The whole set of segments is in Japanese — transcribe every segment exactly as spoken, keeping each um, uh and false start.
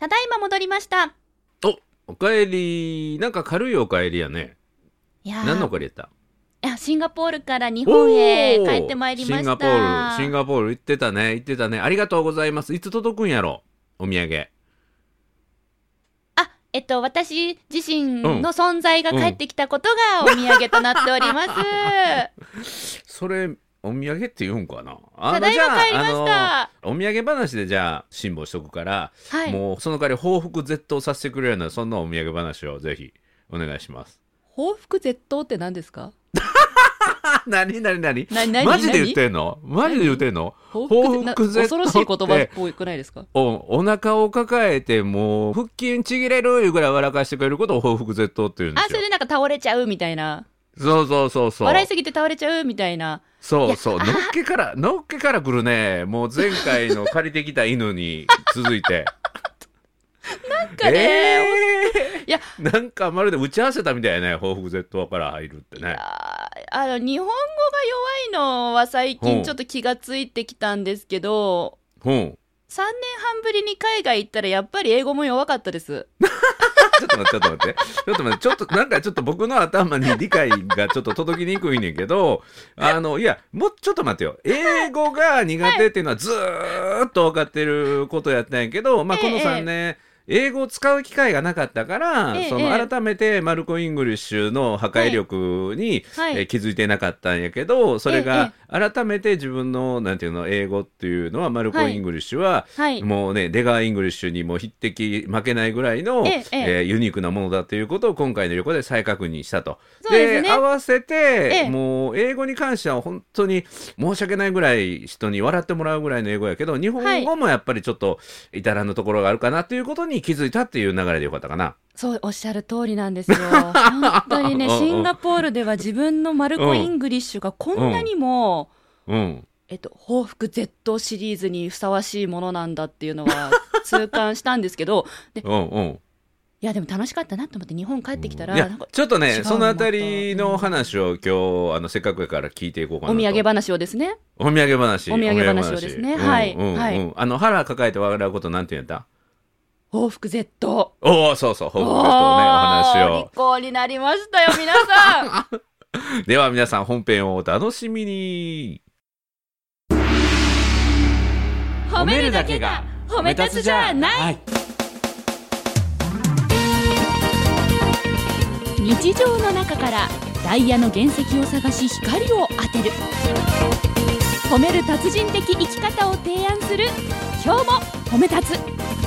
ただいま戻りました。 お、おかえり。なんか軽いおかえりやね。 いや何のおかえりやった？ いやシンガポールから日本へ帰ってまいりました。 シンガポールシンガポール行ってたね行ってたね。ありがとうございます。いつ届くんやろお土産。 あ、えっと私自身の存在が帰ってきたことがお土産となっております、 うんうん、それお土産って言うんかな。あただいま帰りました。 お土産話でじゃあ辛抱しとくから、 はい、 もうその代わり報復絶倒させてくれるようなそんなお土産話をぜひお願いします。 報復絶倒って何ですか？ 何何何何マジで言ってんの？マジで言ってんの？ 報復絶倒恐ろしい言葉っぽくないですか？ お, お腹を抱えてもう腹筋ちぎれるいうぐらい笑かしてくれることを報復絶倒って言うんですよ。 あ、それでなんか倒れちゃうみたいな。 そうそうそうそう。 笑いすぎて倒れちゃうみたいな。 そうそう。のっけからのっけから来るね。もう前回の借りてきた犬に続いて。 なんかね、 えー、 いやなんかまるで打ち合わせたみたいやね。報復絶倒から入るってね。 いやあの日本語が弱いのは最近ちょっと気がついてきたんですけど、 うん、 さんねんはんぶりに海外行ったらやっぱり英語も弱かったです。 ちょっと待ってちょっと待ってちょっと待ってちょっとなんかちょっと僕の頭に理解がちょっと届きにくいねんけど、あのいやもうちょっと待ってよ。英語が苦手っていうのはずーっと分かってることやったんやけど、まあこのさんねん、ええ英語を使う機会がなかったから、ええ、その改めてマルコ・イングリッシュの破壊力に、はいはい、え気づいてなかったんやけど、それが改めて自分のなんていうの英語っていうのはマルコ・イングリッシュは、はい、もうね出川イングリッシュにも匹敵負けないぐらいの、えええー、ユニークなものだということを今回の旅行で再確認したと。 そうですね、 で合わせて、ええ、もう英語に関しては本当に申し訳ないぐらい人に笑ってもらうぐらいの英語やけど、日本語もやっぱりちょっと至らぬところがあるかなということに気づいたっていう流れでよかったかな。 そうおっしゃる通りなんですよ。本当にねシンガポールでは自分のマルコ・イングリッシュがこんなにも、うんうんえっと、報復絶倒シリーズにふさわしいものなんだっていうのは痛感したんですけどで、うんうん、いやでも楽しかったなと思って日本帰ってきたら、うん、いやなんかちょっとねそのあたりの話を今日あのせっかくやから聞いていこうかなと。 お土産話をですねお土産話お土産話をですね、うん、はい、 うんうんはい、あの腹抱えて笑うことなんて言うんやった？ 報復絶倒。 おおそうそう報復絶倒ねお話を。 お利口になりましたよ皆さんでは皆さん本編をお楽しみに。 褒めるだけが褒め立つじゃない、はい、日常の中からダイヤの原石を探し光を当てる褒める達人的生き方を提案する今日も褒め立つ。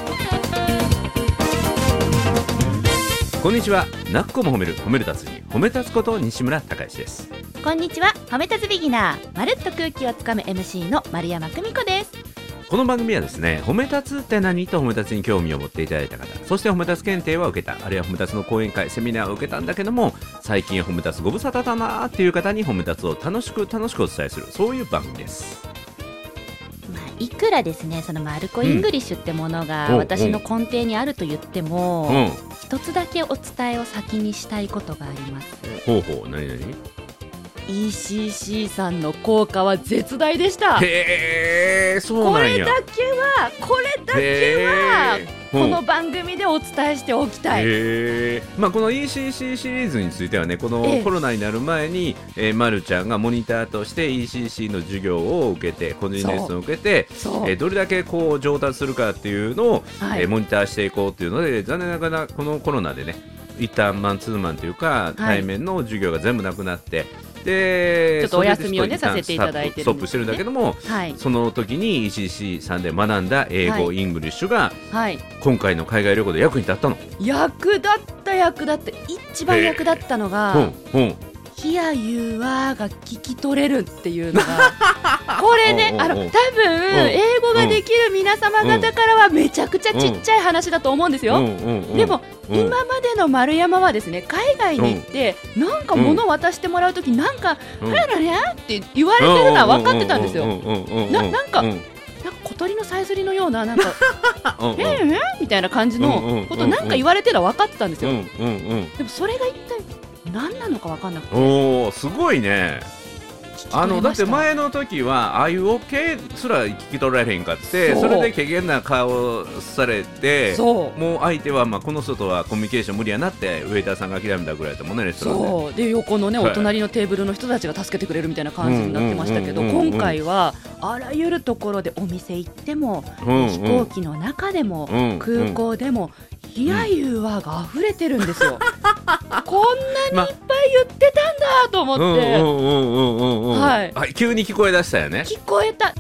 こんにちは。なっこも褒める褒める達人褒め立つこと西村孝之です。 こんにちは。褒め立つビギナーまるっと空気をつかむ エムシー の丸山久美子です。 この番組はですね褒め立つって何と褒め立つに興味を持っていただいた方、そして褒め立つ検定は受けた、あるいは褒め立つの講演会セミナーを受けたんだけども最近褒め立つご無沙汰だなっていう方に褒め立つを楽しく楽しくお伝えする、そういう番組です。 まあ、いくらですねそのマルコ・イングリッシュってものが私の根底にあると言っても、うんうん、一つだけお伝えを先にしたいことがあります。 ほうほう何何イーシーシー さんの効果は絶大でした。 へーそうなんや。 これだけはこれだけはこの番組でお伝えしておきたい。 へまあ、この イーシーシー シリーズについてはねこのコロナになる前に、えー、まるちゃんがモニターとして イーシーシー の授業を受けて個人レッスンを受けて、えー、どれだけこう上達するかっていうのを、はいえー、モニターしていこうっていうので残念ながらこのコロナでね一旦マンツーマンというか対面の授業が全部なくなって、はいでちょっとお休みをねさせていただいてるんですね。 ストップしてるんだけども、はい、その時に イーシーシー さんで学んだ英語、はい、イングリッシュが、はい、今回の海外旅行で役に立ったの。 役立った役立った一番役立ったのが、うんうんHere you are が聞き取れるっていうのがこれねあの多分英語ができる皆様方からはめちゃくちゃちっちゃい話だと思うんですよ。でも今までの丸山はですね海外に行ってなんか物を渡してもらうときなんかふららにゃって言われてるのは分かってたんですよ。ななんかなんか小鳥のさえずりのようななんかええみたいな感じのことなんか言われてるのは分かってたんですよ。でもそれが一体何なのか分かんなくて。 おーすごいね。 き取れました。 あのだって前の時はあいうオケすら聞き取られへんかって、 そ, それで怪げな顔されて、 そうもう相手は、まあ、この人とはコミュニケーション無理やなってウェイターさんが諦めたぐらいだもんね、レストランで。 そうで横のね、 はい、 お隣のテーブルの人たちが助けてくれるみたいな感じになってましたけど、 うんうんうんうん、 今回はあらゆるところで、お店行っても、 うんうん、 飛行機の中でも、 うんうん、 空港でもヒヤユーワーが溢れてるんですよ、うん、こんなにいっぱい言ってたんだと思って、はい、 あ、急に聞こえ出したよね。 聞こえた。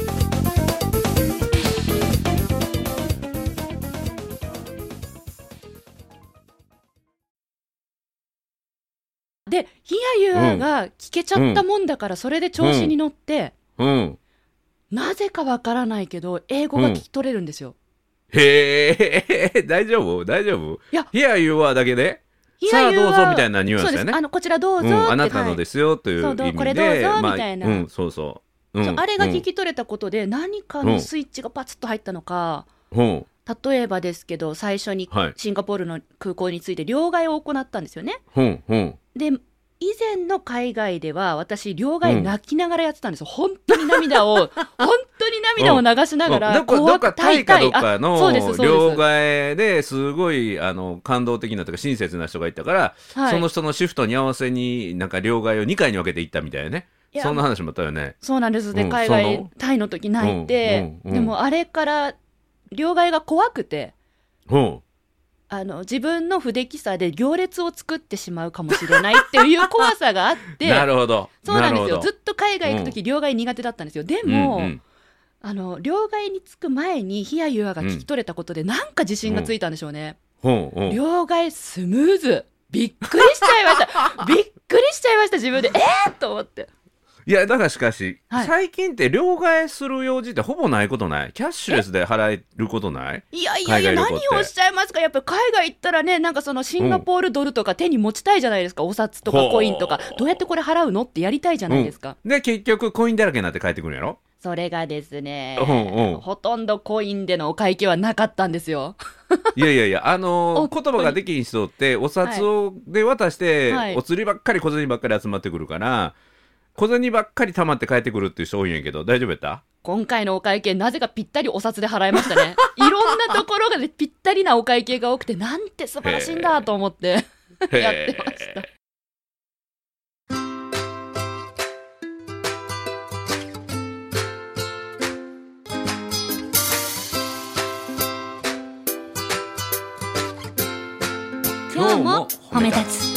でヒヤユーが聞けちゃったもんだから、それで調子に乗って、 うんうん、 なぜかわからないけど英語が聞き取れるんですよ、 うん、へえ、大丈夫大丈夫。いや、ヒヤユーはだけでさあどうぞみたいなニュアンスだよね。 あのこちらどうぞって、 うん、あなたのですよという意味で、 そうこれどうぞみたいな、 まあうん、そうそう、うん、 そうあれが聞き取れたことで、何かのスイッチがパツッと入ったのか、うん、例えばですけど最初にシンガポールの空港について両替を行ったんですよね、 うんうん、 で以前の海外では私両替泣きながらやってたんですよ、うん、本当に涙を本当に涙を流しながら、 うん、どっかタイかどっかの両替ですごいあの感動的なというか親切な人がいたから、はい、その人のシフトに合わせになんか両替をにかいに分けていったみたいなね、そんな話もあったよね。 そうなんですね、うん、海外タイの時泣いて、うんうんうん、でもあれから両替が怖くて、うん、あの自分の不出来さで行列を作ってしまうかもしれないっていう怖さがあってなるほど、 そうなんですよ、ずっと海外行くとき両替苦手だったんですよ。でも、うんうん、あの両替に着く前にヒヤユアが聞き取れたことで、うん、なんか自信がついたんでしょうね、うんうん、両替スムーズ、びっくりしちゃいましたびっくりしちゃいました自分で、えーっと思って。 いやだからしかし、はい、最近って両替する用事ってほぼないことない？キャッシュレスで払えることない？ いやいやいや、何をおっしゃいますか。やっぱり海外行ったらね、なんかそのシンガポールドルとか手に持ちたいじゃないですか、うん、お札とかコインとか、どうやってこれ払うのってやりたいじゃないですか、 うん、で結局コインだらけになって帰ってくるんやろ。 それがですね、 うんうん、 ほとんどコインでのお会計はなかったんですよいやいやいや、あのー、言葉ができん人ってお札をで渡して、はい、お釣りばっかり小銭ばっかり集まってくるから小銭ばっかり溜まって帰ってくるっていう人多いんやけど、大丈夫やった？ 今回のお会計なぜかぴったりお札で払いましたねいろんなところがでぴったりなお会計が多くて、なんて素晴らしいんだと思ってやってました。今日も褒め立つ。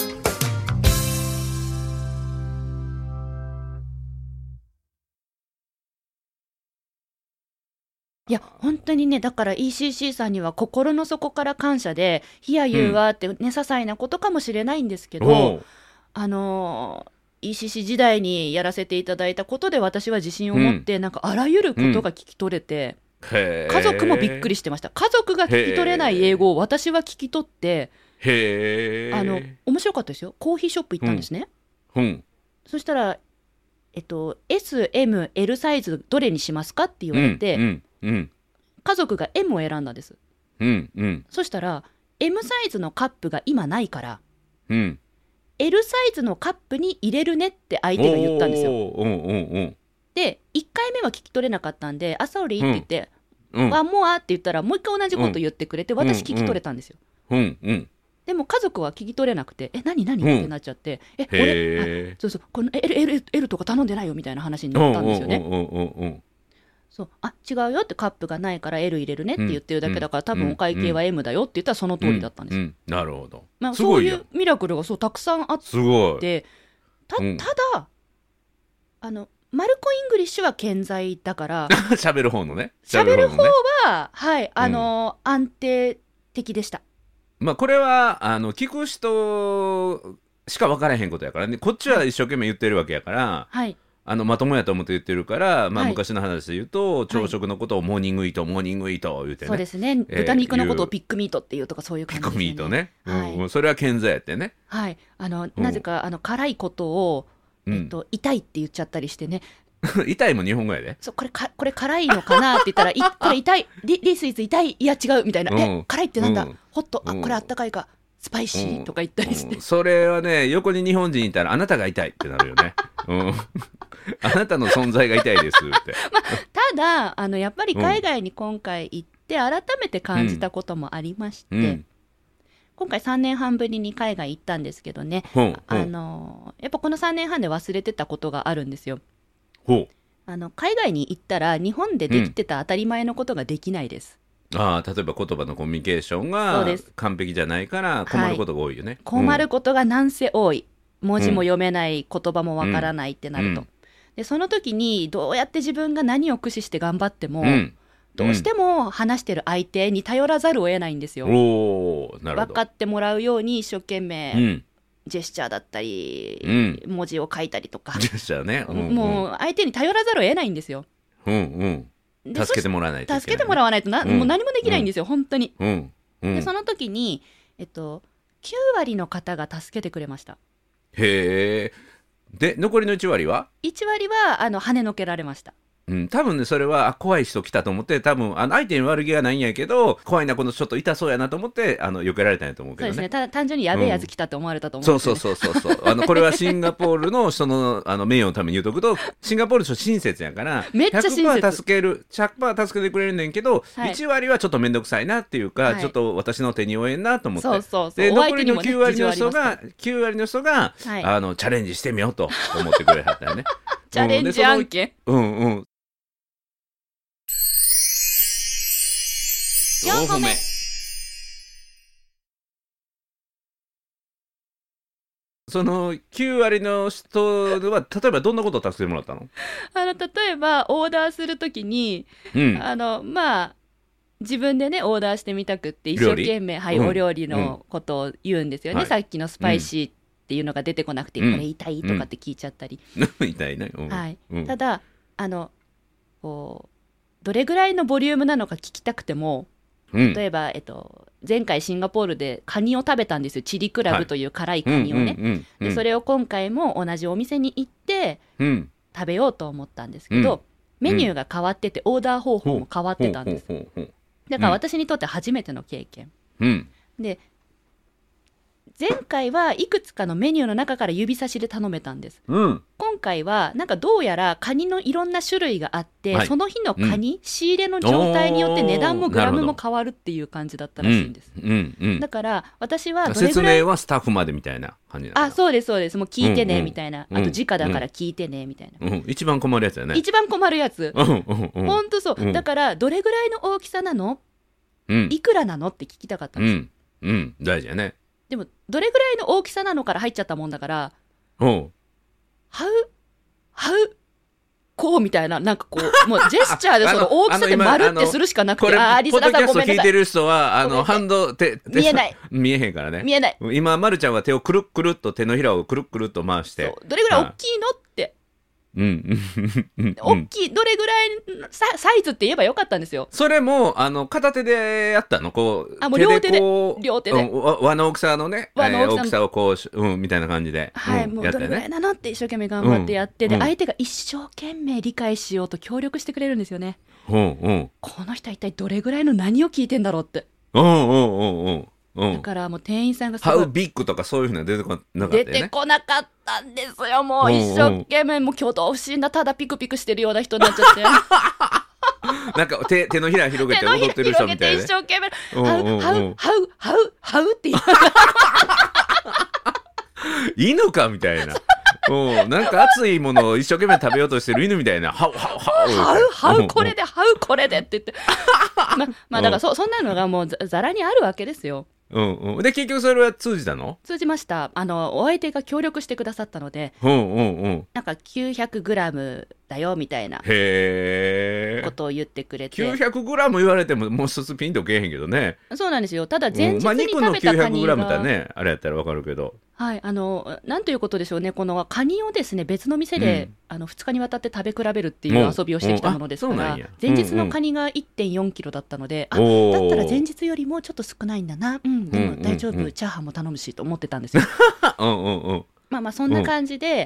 いや本当にね、だから イーシーシー さんには心の底から感謝で、ヒヤユーはってね、些細なことかもしれないんですけど、あの イーシーシー 時代にやらせていただいたことで私は自信を持って、うん、なんかあらゆることが聞き取れて、うん、家族もびっくりしてました。家族が聞き取れない英語を私は聞き取って、 へあの面白かったですよ。コーヒーショップ行ったんですね、 うんうん、 そしたら、えっと、エスエムエル サイズどれにしますかって言われて、うんうんうん、家族が エム を選んだんです、 うんうん、 そしたら エム サイズのカップが今ないから、 うん、 L サイズのカップに入れるねって相手が言ったんですよ。 おーおーおーおーでいっかいめは聞き取れなかったんで、あ、ソーリーって言って、 うん、 ワンモアって言ったらもう一回同じこと言ってくれて、うん、私聞き取れたんですよ、 うんうん、でも家族は聞き取れなくて、え、何何、うん、ってなっちゃって、え、俺、あ、そうそう、この L, L, L とか頼んでないよみたいな話になったんですよね。そう、あ、違うよって、カップがないから L 入れるねって言ってるだけだから、うん、多分お会計は エム だよって言ったらその通りだったんですよ、 うんうん、なるほど、 まあ、そういうミラクルがそうたくさんあって、 すごいた, ただあのマルコ・イングリッシュは健在だから喋る方のね、 喋る方は、はい、あの、うん、安定的でした。 まあこれはあの聞く人しか分からへんことやからね、こっちは一生懸命言ってるわけやから、 はい、 あのまともやと思って言ってるから、まあ、 はい、 昔の話で言うと朝食のことをモーニングイート、はい、モーニングイート言うてね、 そうですね、豚肉のことをピックミートっていうとかそういう感じですね。 ピックミートね、 はい、 うん、それは健在やってね、 はい、あのなぜかあの辛いことを、えっと、うん、痛いって言っちゃったりしてね痛いも日本語やで、 そう、これかこれ辛いのかなって言ったらいこれ痛い、リリスイズ痛い、いや違うみたいな、うん、え辛いってなんだ、うん、ホット、あこれあったかいか、スパイシーとか言ったりして、 うんうん、それはね横に日本人いたらあなたが痛いってなるよね、うんあなたの存在が痛いですって、まあ、 ただあのやっぱり海外に今回行って改めて感じたこともありまして、うんうん、今回さんねんはんぶりに海外行ったんですけどね、うんうん、あのやっぱこのさんねんはんで忘れてたことがあるんですよ。 ほうあの海外に行ったら日本でできてた当たり前のことができないです、 うん、あ例えば言葉のコミュニケーションが完璧じゃないから困ることが多いよね、はい、 困ることがなんせ多い、文字も読めない、言葉もわからないってなると、うん、でその時にどうやって自分が何を駆使して頑張っても、うん、どうしても話してる相手に頼らざるを得ないんですよ、うん、おなるほど。分かってもらうように一生懸命、うんジェスチャーだったり、うん、文字を書いたりとか、 ジェスチャーね、うんうん、 もう相手に頼らざるを得ないんですよ、 うんうん、助けてもらわないといけない、 助けてもらわないとな、うん、もう何もできないんですよ、うん、本当に、 うんうん、 でその時に、えっと、きゅうわりの方が助けてくれました。 へえ。で残りのいちわりはいちわりはあの跳ねのけられました。 うん、多分ねそれはあ怖い人来たと思って多分あの相手に悪気がないんやけど怖いなこのちょっと痛そうやなと思ってあの避けられたんやと思うけどね。 そうですね。ただ単純にやべえやつ来たって思われたと思うんですよね、 うん、そうそうそうそうそうあのこれはシンガポールの人のあの名誉のために言うとくとシンガポールの人親切やからめっちゃ親切ひゃくパーセント 助ける ひゃくパーセント 助けてくれるねんけど、はい、いちわりはちょっと面倒くさいなっていうか、はい、ちょっと私の手に負えんなと思って、 そうそうそうで残りのきゅうわりの人がきゅうわりの人が、はい、あのチャレンジしてみようと思ってくれはったよねチャレンジ案件、 うんうんよんほめそのきゅうわりの人は例えばどんなことを助けてもらったの？ あの例えばオーダーするときに、うん、あのまあ自分でねオーダーしてみたくって一生懸命、はい、うん、お料理のことを言うんですよね、うん、さっきのスパイシーっていうのが出てこなくて、うん、これ痛いとかって聞いちゃったり、 うん、痛いね、うん、 はい、うん、ただあのこうどれぐらいのボリュームなのか聞きたくても例えば、えっと、前回シンガポールでカニを食べたんですよ。チリクラブという辛いカニをね。でそれを今回も同じお店に行って食べようと思ったんですけど、うん、メニューが変わっててオーダー方法も変わってたんです。だから私にとって初めての経験、うん、で前回はいくつかのメニューの中から指差しで頼めたんです、うん、今回はなんかどうやらカニのいろんな種類があって、はい、その日のカニ、うん、仕入れの状態によって値段もグラムも変わるっていう感じだったらしいんです、うんうんうん、だから私はどれぐらい説明はスタッフまでみたいな感じなの？ あ、そうですそうです。もう聞いてねみたいな、うんうん、あと直だから聞いてねみたいな、 うんうん、一番困るやつだね。 一番困るやつ、うんうんうん、ほんとそう、うん、だからどれぐらいの大きさなの、うん、いくらなのって聞きたかったんですよ、 うんうん、大事やね。 でもどれぐらいの大きさなのから入っちゃったもんだからおうはうはうこうみたいななんかこうもうジェスチャーでその大きさで丸ってするしかなくて、ああリスナーさんごめんなさい。ポッドキャスト聞いてる人はあのハンド手見えない見えへんからね。 見えない。 今まるちゃんは手をくるっくるっと手のひらをくるっくるっと回してそうどれぐらい大きいのってうん大きいどれぐらいササイズって言えばよかったんですよ。 それもあの片手でやったのこうあもう両手で両手で、 うん、輪の大きさのね輪の大きさ、 えー、大きさをこう、うん、みたいな感じで、 はい、うん、もうどれぐらいなのって一生懸命頑張ってやって、うん、で相手が一生懸命理解しようと協力してくれるんですよね、 うんうん、 この人は一体どれぐらいの何を聞いてんだろうって、 うんうんうんうんうん、 だからもう店員さんがすごいハウビッグとかそういうふうな出てこなかったよね。 出てこなかったんですよ。もう一生懸命もう挙動不審なただピクピクしてるような人になっちゃってなんか 手, 手のひら広げて踊ってる人みたいな、ね、 手のひら広げて一生懸命ハウハウハウハウハウって言い犬かみたいなうん、なんか熱いものを一生懸命食べようとしてる犬みたいなハウハウハウハウハウこれでハウこれでって言ってま, まあだから そ, そんなのがもうざらにあるわけですよ。 うんうん、で結局それは通じたの？ 通じました。あのお相手が協力してくださったので、 うんうんうん、 なんか きゅうひゃくグラム だよみたいなことを言ってくれて、 きゅうひゃくグラム 言われてももう一つピンとけえへんけどね。 そうなんですよ。ただ前日に食べたカニが、うんまあ、肉の きゅうひゃくグラム だねあれやったらわかるけど、 はい、あのなんということでしょうね。このカニをですね別の店で、うん、あのふつかにわたって食べ比べるっていう遊びをしてきたものですから、前日のカニが いってんよんキロだったので、うんうん、あだったら前日よりもちょっと少ないんだな、うん、でも大丈夫、うんうんうん、チャーハンも頼むしと思ってたんですようんうん、うん、まあまあそんな感じで、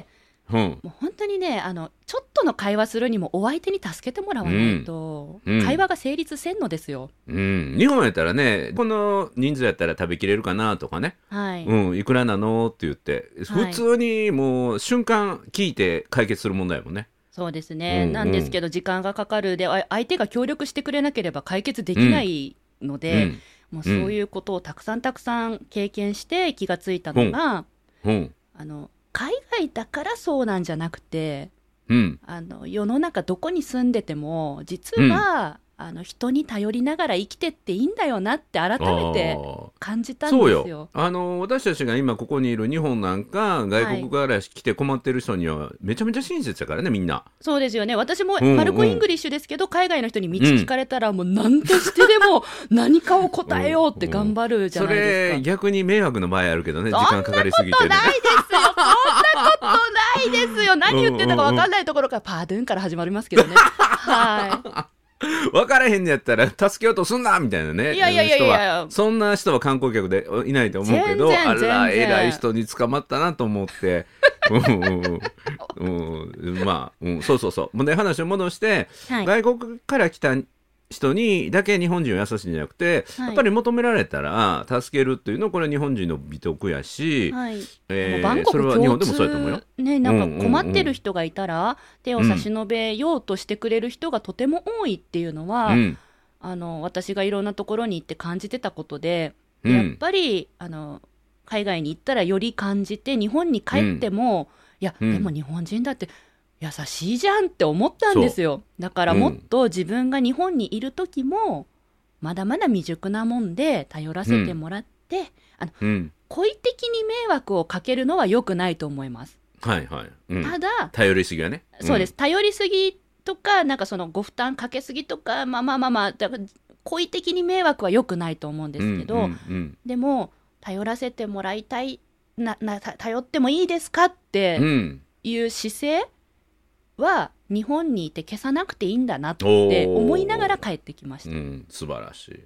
うん、 もう本当にねあのちょっとの会話するにもお相手に助けてもらわないと、うん、会話が成立せんのですよ、 うん、日本やったらねこの人数やったら食べきれるかなとかね、 はいうん、いくらなのって言って、はい、普通にもう瞬間聞いて解決する問題もんね。 そうですね、うんうん、なんですけど時間がかかるで相手が協力してくれなければ解決できないので、うんもうそういうことをたくさんたくさん経験して気がついたのが、 うんうん、 あの海外だからそうなんじゃなくて、 うん、 あの世の中どこに住んでても実は、うん、あの人に頼りながら生きてっていいんだよなって改めて感じたんですよ。 そうよあの私たちが今ここにいる日本なんか外国から来て困ってる人にはめちゃめちゃ親切だからねみんな。 そうですよね。私もマルコイングリッシュですけど、うんうん、海外の人に道聞かれたらもう何としてでも何かを答えようって頑張るじゃないですか、 うんうん、それ逆に迷惑の場合あるけどね時間かかりすぎて、ね、 そんなことないですよそんなことないですよ何言ってんだか分かんないところからパードゥンから始まりますけどねはい分からへんのやったら助けようとすんなみたいなね。 いやいやいやいやそんな人は観光客でいないと思うけどあら偉い人に捕まったなと思ってうんうんうん、まあ、うん、そうそうそうもうね話を戻して、はい、外国から来た人にだけ日本人は優しいんじゃなくて、はい、やっぱり求められたら助けるっていうのはこれは日本人の美徳やし、 はいえー、 バンコクそれは日本でもそうやと思うよ、 ね、なんか困ってる人がいたら、うんうんうん、手を差し伸べようとしてくれる人がとても多いっていうのは、うん、あの私がいろんなところに行って感じてたことで、うん、やっぱりあの海外に行ったらより感じて日本に帰っても、うん、いや、うん、でも日本人だって優しいじゃんって思ったんですよ。だからもっと自分が日本にいる時もまだまだ未熟なもんで頼らせてもらって、うん、あの、うん、故意的に迷惑をかけるのは良くないと思います。 はいはい、うん、 ただ頼りすぎはね、 そうです、頼りすぎとかなんかそのご負担かけすぎとかまあまあまあまあだから故意的に迷惑は良くないと思うんですけど、うんうんうん、でも頼らせてもらいたいなな頼ってもいいですかっていう姿勢は日本にいて消さなくていいんだなって思いながら帰ってきました、 うん、素晴らしい。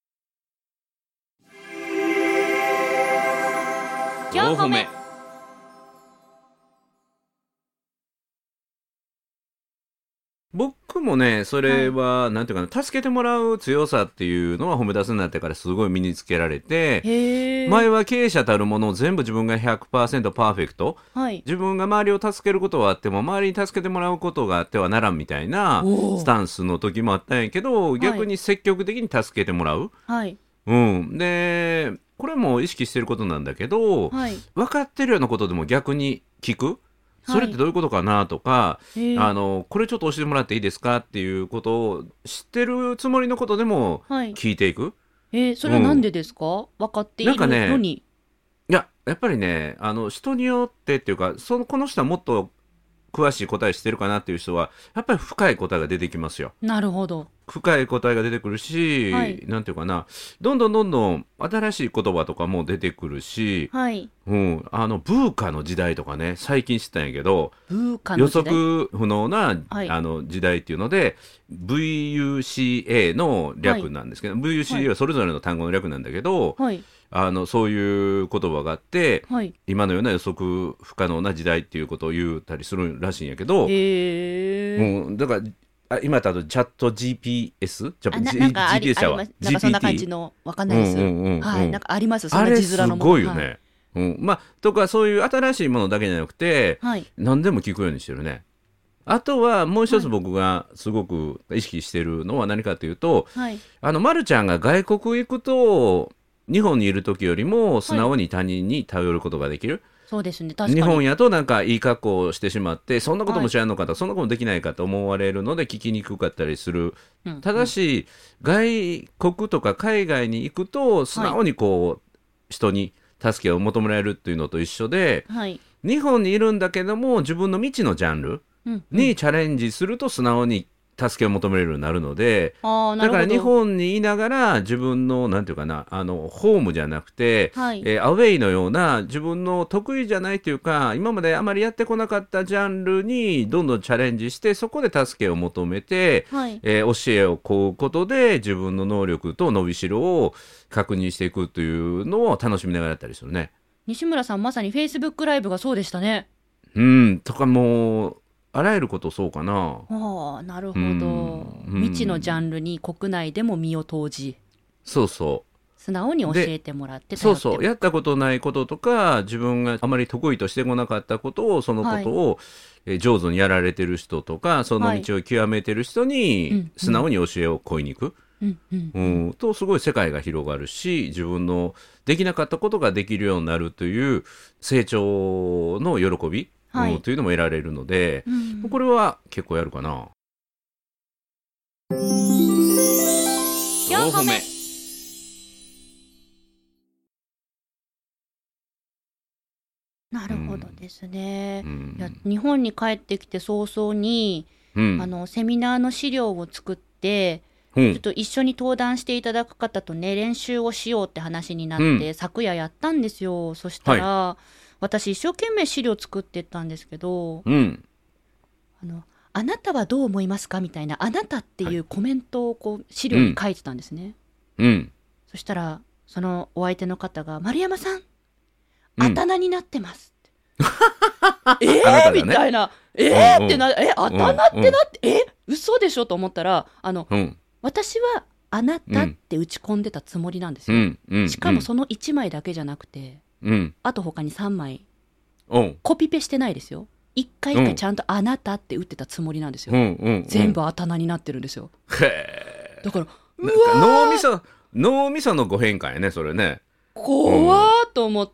よんほめ僕もねそれは、はい、なんていうかな助けてもらう強さっていうのは褒め出すになってからすごい身につけられて、 へ前は経営者たるものを全部自分が ひゃくパーセント パーフェクト、はい、自分が周りを助けることはあっても周りに助けてもらうことがあってはならんみたいなスタンスの時もあったんやけど逆に積極的に助けてもらう、 はいうん、でこれも意識してることなんだけど、はい、分かってるようなことでも逆に聞くそれってどういうことかなとか、はい、あのこれちょっと教えてもらっていいですかっていうことを知ってるつもりのことでも聞いていく、はい、 えー、それはなんでですか、うん、分かっているのに。なんかね、いややっぱりねあの人によってっていうかそのこの人はもっと詳しい答えしてるかなっていう人はやっぱり深い答えが出てきますよ。 なるほど。 深い答えが出てくるし、はい、なんていうかなどんどんどんどん新しい言葉とかも出てくるし、 はいうん、あのブーカの時代とかね最近知ったんやけどブーカの時代予測不能な、はい、あの時代っていうので ブイユーシーエー の略なんですけど、はい、ブイユーシーエー はそれぞれの単語の略なんだけど、はい、あのそういう言葉があって、はい、今のような予測不可能な時代っていうことを言うたりするらしいんやけど、 へー、 うん、だからあ今だとチャット ジーピーエスじゃあななんかあり、 ジーピーエス ちゃうわありますなんかそんな感じのわかんないです、 うんうんうんうん、 はい、なんかありますそんな字面のもの。 あれすごいよね、はい、うん、まあとかそういう新しいものだけじゃなくて、はい、何でも聞くようにしてるね。あとはもう一つ僕がすごく意識してるのは何かというと、はい、あのまるちゃんが外国行くと日本にいる時よりも素直に他人に頼ることができる、はい、 そうですね、確かに日本やとなんかいい格好をしてしまってそんなことも知らんのかと、はい、そんなこともできないかと思われるので聞きにくかったりする、うん、ただし、うん、外国とか海外に行くと素直にこう、はい、人に助けを求められるっていうのと一緒で、はい、日本にいるんだけども自分の未知のジャンルにチャレンジすると素直に助けを求めれるようになるので、 あ、なるほど。 だから日本にいながら自分のなんていうかなあのホームじゃなくて、はい、えー、アウェイのような自分の得意じゃないというか今まであまりやってこなかったジャンルにどんどんチャレンジしてそこで助けを求めて、はい、えー、教えを請うことで自分の能力と伸びしろを確認していくというのを楽しみながらやったりするね。 西村さんまさに Facebook ライブがそうでしたね。 うん、とかもうあらゆることそうかな。 ああ、なるほど。未知のジャンルに国内でも身を投じ、 そうそう素直に教えてもらって頼ってもそうそうやったことないこととか自分があまり得意としてこなかったことをそのことを、はいえ上手にやられてる人とかその道を極めてる人に素直に教えを請いに行く、うんうんうん、とすごい世界が広がるし自分のできなかったことができるようになるという成長の喜び、はいうん、というのも得られるので、うん、これは結構やるかな。 よんほめなるほどですね、うん、いや日本に帰ってきて早々に、うん、あのセミナーの資料を作って、うん、ちょっと一緒に登壇していただく方とね練習をしようって話になって、うん、昨夜やったんですよ。そしたら、はい、私一生懸命資料作ってったんですけど、うん、あのあなたはどう思いますかみたいなあなたっていうコメントをこう資料に書いてたんですね、うん、そしたらそのお相手の方が丸山さんあたなになってますって、うん、えー、ね、みたいなえー、うん、ってなえあたなってなって、うん、え嘘でしょと思ったらあの、うん、私はあなたって打ち込んでたつもりなんですよ、うんうん、しかもそのいちまいだけじゃなくて、うん、あと他にさんまい、うん、コピペしてないですよ。一回一回ちゃんとあなたって打ってたつもりなんですよ、うんうんうん、全部あたなになってるんですよ。へだからうわ脳みそ脳みそのご変換やねそれね。 怖ーと思って、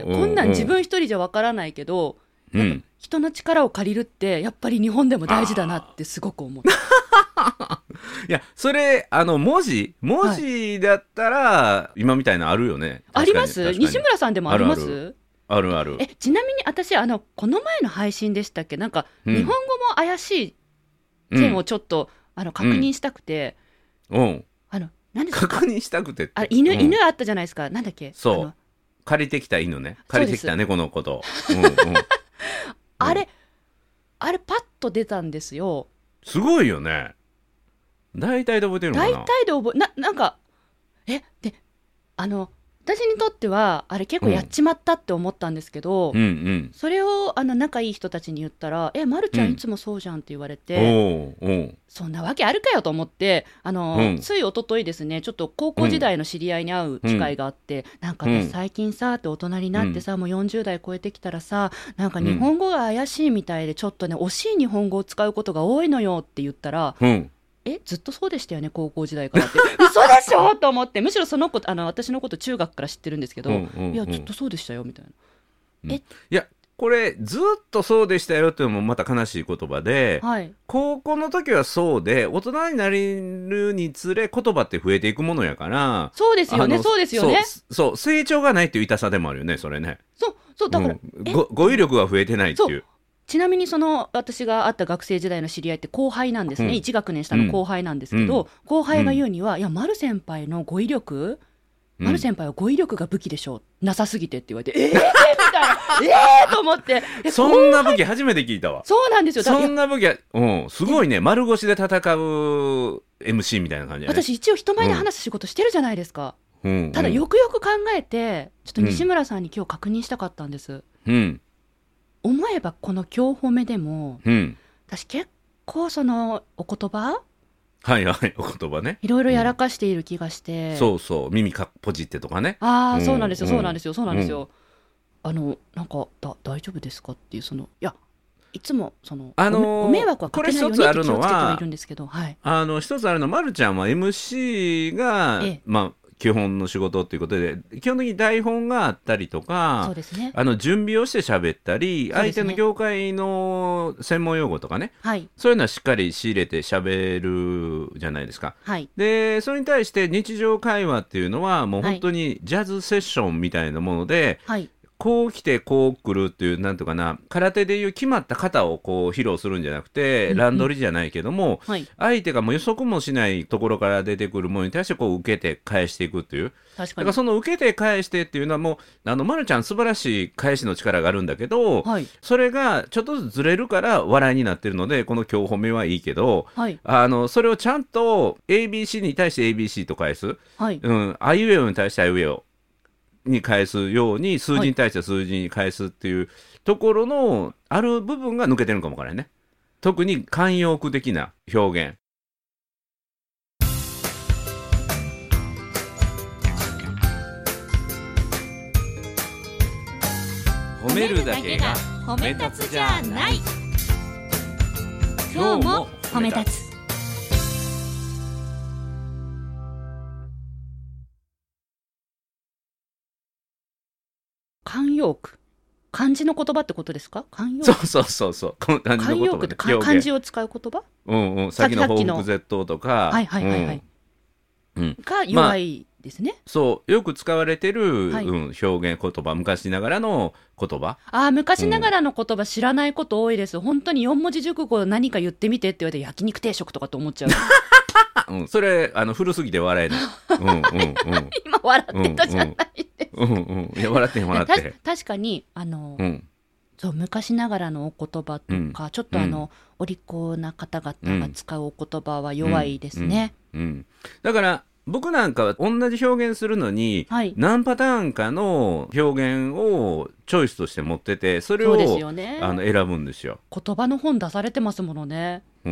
うん、こんなん自分一人じゃわからないけど、うん、やっぱ人の力を借りるってやっぱり日本でも大事だなってすごく思ったいやそれあの文字文字だったら、はい、今みたいなのあるよね。 あります。西村さんでもあります。 あるあるある。 えちなみに私あのこの前の配信でしたっけなんか、うん、日本語も怪しい点をちょっと、うん、あの確認したくて、うん、あの何ですか確認したくてってあ犬、うん、犬あったじゃないですか。なんだっけそう借りてきた犬ね借りてきた猫のこと、うんうん、 あれあれパッと出たんですよ。 すごいよね。大体で覚えてるのかな。 大体で覚え な, なんかえであの私にとってはあれ結構やっちまったって思ったんですけど、うんうんうん、それをあの仲いい人たちに言ったらえまるちゃんいつもそうじゃんって言われて、うん、そんなわけあるかよと思ってあの、うん、つい一昨日ですねちょっと高校時代の知り合いに会う機会があって、うん、なんか私最近さって大人になってさ、うん、もうよんじゅう代超えてきたらさなんか日本語が怪しいみたいでちょっとね惜しい日本語を使うことが多いのよって言ったら、うんえずっとそうでしたよね高校時代からって嘘でしょと思ってむしろその子あの私のこと中学から知ってるんですけど、うんうんうん、いやずっとそうでしたよみたいな、 うん、えいやこれずっとそうでしたよっていうのもまた悲しい言葉で、はい、高校の時はそうで大人になるにつれ言葉って増えていくものやからそうですよねそうですよねそうそう成長がないっていう痛さでもあるよねそれねそうそうだから、 うん、ご語彙力が増えてないっていうちなみにその私が会った学生時代の知り合いって後輩なんですね、うん、いち学年下の後輩なんですけど、うん、後輩が言うには、うん、いや丸先輩の語彙力、うん、丸先輩は語彙力が武器でしょなさすぎてって言われて、えーみたいなえーと思ってそんな武器初めて聞いたわ。 そうなんですよ。 そんな武器は、うん、すごいね丸腰で戦う エムシー みたいな感じ、ね、 私一応人前で話す仕事してるじゃないですか、うん、ただよくよく考えてちょっと西村さんに今日確認したかったんです、うん思えばこの今日褒めでも、うん、私結構そのお言葉はいはいお言葉ねいろいろやらかしている気がして、 うん、そうそう耳かっぽじってとかねああ、うん、そうなんですよそうなんですよそうなんですよ、うん、あのなんかだ大丈夫ですかっていうそのいやいつもその、あのー、ご迷惑はかけないようにって気をつけてはいるんですけど、はい、 あの一つあるのはまるちゃんは エムシー が、ええ、まあ基本の仕事っていうことで基本的に台本があったりとかそうです、ね、 あの準備をして喋ったり、ね、相手の業界の専門用語とかね、はい、そういうのはしっかり仕入れて喋るじゃないですか、はい、でそれに対して日常会話っていうのはもう本当にジャズセッションみたいなもので、はいこう来てこう来るっていうなんとかな空手でいう決まった型をこう披露するんじゃなくて、うんうん、乱取りじゃないけども、はい、相手がもう予測もしないところから出てくるものに対してこう受けて返していくっていう確かにだからその受けて返してっていうのはもうあのまるちゃん素晴らしい返しの力があるんだけど、はい、それがちょっとずつずれるから笑いになってるのでこの今日褒めはいいけど、はい、あのそれをちゃんと エービーシー に対して エービーシー と返す、はいうん、あいうえおに対してあいうえおに返すように数字に対して数字に返すっていうところのある部分が抜けてるのかもわからないね。特に慣用句的な表現。褒めるだけが褒め立つじゃない。今日も褒め立つ。慣用句、漢字の言葉ってことですか？慣用句。 そうそうそうそう。この漢字の言葉、ね、 慣用句って漢字を使う言葉？ うんうん。さっきの報復絶倒とか。 はいはいはいはい。 うん、 が弱いですね。 まあ、そうよく使われてる、はい、うん、表現言葉、昔ながらの言葉。 ああ、昔ながらの言葉知らないこと多いです。本当によん文字熟語何か言ってみてって言われて焼肉定食とかと思っちゃう。 うん、それあの古すぎて笑えない。うんうんうん、 今笑ってたじゃないですか。 うんうんうん、いや笑ってへん笑ってへん。 確かにあの、 うん、 そう昔ながらのお言葉とか、うん、ちょっとあの、うん、お利口な方々が使うお言葉は弱いですね。 うんうんうん、だから僕なんかは同じ表現するのに、はい、何パターンかの表現をチョイスとして持ってて、それをそうですよね、 あの選ぶんですよ。 言葉の本出されてますものね。 うん、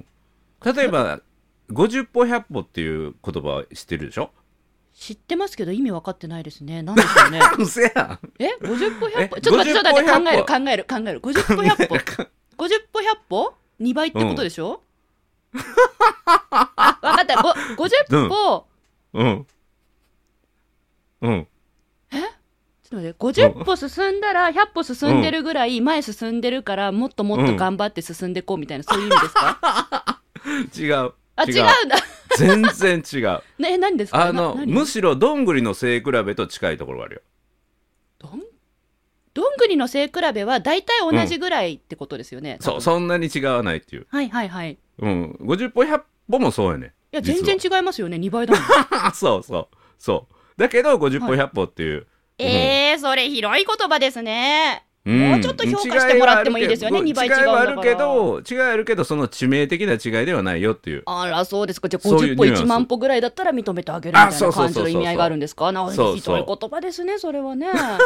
例えばごじゅっぽひゃっぽっていう言葉知ってるでしょ？ 知ってますけど意味分かってないですね。何でしょうね。 うせやん。 えごじゅっぽひゃっぽ、ちょっと待ってちょっと待って考える考える考えるごじゅっぽひゃっぽごじゅっぽひゃっぽにばいってことでしょ？うん、あ分かった。ごじゅっぽうんうんえちょっと待ってごじゅっぽ進んだらひゃっぽ進んでるぐらい前進んでるからもっともっと頑張って進んでこうみたいな、そういう意味ですか？ 違う。 あ、違うんだ。 全然違う。 ね、何ですか？ あのむしろどんぐりの背比べと近いところがあるよ。 どんどんぐりの背比べはだいたい同じぐらいってことですよね。 うん、そう、そんなに違わないっていう。 はいはいはい。 うん、ごじゅっぽひゃっぽもそうやね。 いや全然違いますよね。にばいだもん。 そうそうそうだけどごじゅっぽひゃっぽっていう、はい、 えー、それ広い言葉ですね。うん、もうちょっと評価してもらってもいいですよね。にばい違うんだから。 違いはあるけど違いはあるけどその致命的な違いではないよっていう。 あらそうですか。じゃあごじゅっぽいちまんぽぐらいだったら認めてあげるみたいな感じの意味合いがあるんですか？なるほど、ひどい言葉ですねそれはね。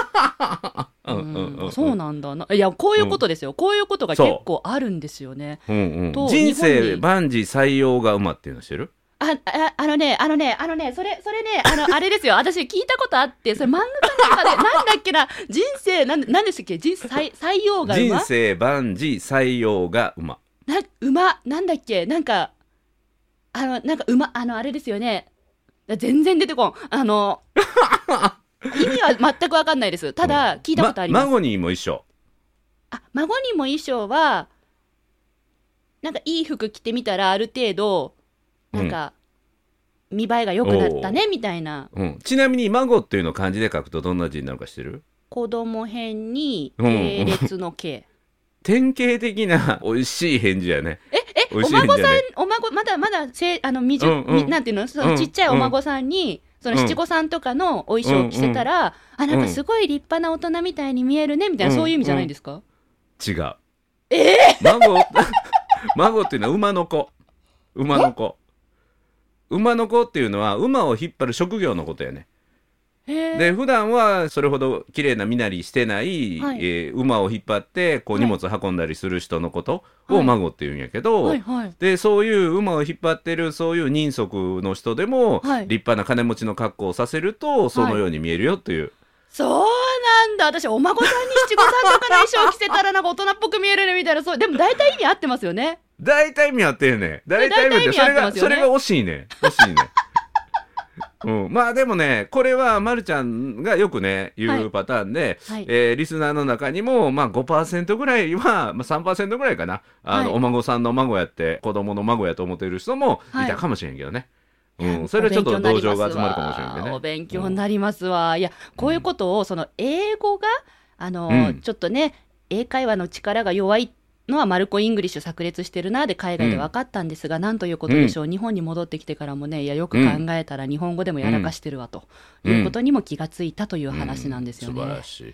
そうなんだな。いやこういうことですよ、うん、こういうことが結構あるんですよね。うんうん、と人生万事採用が馬っていうの知ってる？ あ, あ, あのねあのねあのねそれそれねあのあれですよ。私聞いたことあって、それ漫画かなんかでなんだっけな、人生なんなんでしたっけ、人生採用が馬、 人生万事採用が馬な、馬なんだっけ、なんかあのなんか馬あのあれですよね。全然出てこん。あの意味は全く分かんないです。ただ聞いたことあります。 ま、孫にも衣装。 あ、孫にも衣装はなんかいい服着てみたらある程度なんか見栄えが良くなったねみたいな、 うん、ちなみに孫っていうのを漢字で書くとどんな字になるか知ってる？ 子供編に系列の系、うん、 典型的な美味しい返事やね。 ええ、お孫さんお孫まだまだせあの未熟、うんうん、なんていうの、そのちっちゃいお孫さんに、うん、その七五三とかのお衣装を着せたら、うんうん、あなんかすごい立派な大人みたいに見えるねみたいな、うん、そういう意味じゃないですか？ 違う。 えー、 孫孫っていうのは馬の子馬の子馬の子っていうのは馬を引っ張る職業のことやね。で普段はそれほど綺麗な身なりしてない、はい、えー、馬を引っ張ってこう荷物運んだりする人のことを孫っていうんやけど、はいはいはい、でそういう馬を引っ張ってるそういう人足の人でも、はい、立派な金持ちの格好をさせるとそのように見えるよっていう、はい、 そうなんだ。私お孫さんに七五三とかの衣装着せたらなんか大人っぽく見えるねみたいな。そうでも大体意味合ってますよね。 大体意味合ってるね。大体意味合ってる。それがそれが惜しいね。惜しいね。うん、まあでもねこれはまるちゃんがよくね言うパターンで、はいはい、えー、リスナーの中にも、まあ、ごパーセントぐらいは、まあ、さんパーセントぐらいかな、あの、はい、お孫さんの孫やって子供の孫やと思っている人もいたかもしれんけどね、はい、うん、それはちょっと同情が集まるかもしれないけどね。 お勉強になりますわ、うん、いやこういうことをその英語があの、うん、ちょっとね英会話の力が弱いのはマルコ・イングリッシュ炸裂してるなで海外で分かったんですが、うん、なんということでしょう、うん、日本に戻ってきてからもね、いやよく考えたら日本語でもやらかしてるわということにも気がついたという話なんですよね、 うんうん、素晴らしい。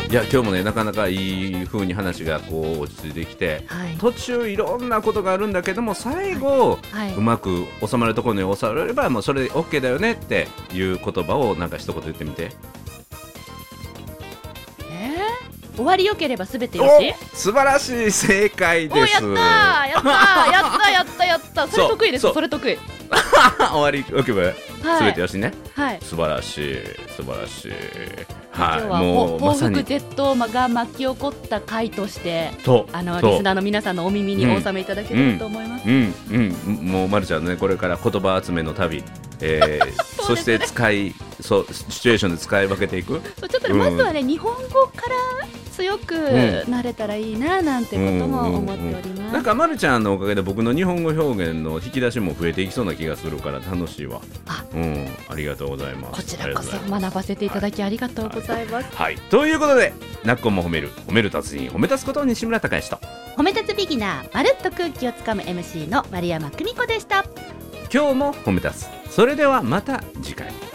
いや今日もねなかなかいい風に話がこう落ち着いてきて、はい、途中いろんなことがあるんだけども最後、はいはい、うまく収まるところに収まればもうそれで OK だよねっていう言葉をなんか一言言ってみて。 終わりよければすべてよし。 素晴らしい正解です。 おやったやったやったやったやったそれ得意です。 そ, それ得意終わりよければすべてよしね、 はい、 素晴らしい素晴らしい。 はい、今日はもう報復絶倒が巻き起こった回としてあのリスナーの皆さんのお耳にお納めいただければと思います。 うんうん、うん、もうまるちゃんねこれから言葉集めの旅、えーそ, ね、そして使いそうシチュエーションで使い分けていく。 そうちょっと、ねうん、まずはね日本語から強くなれたらいいななんてことも思っております。うんうんうん、 なんかまるちゃんのおかげで僕の日本語表現の引き出しも増えていきそうな気がするから楽しいわ。あ、うん、ありがとうございます。 こちらこそ学ばせていただきありがとうございます。 はい、はい、ということでなっこも褒める褒める達人褒め立つこと西村孝之と褒め立つビギナーまるっと空気をつかむ エムシー の丸山久美子でした。 今日も褒め立つ。それではまた次回。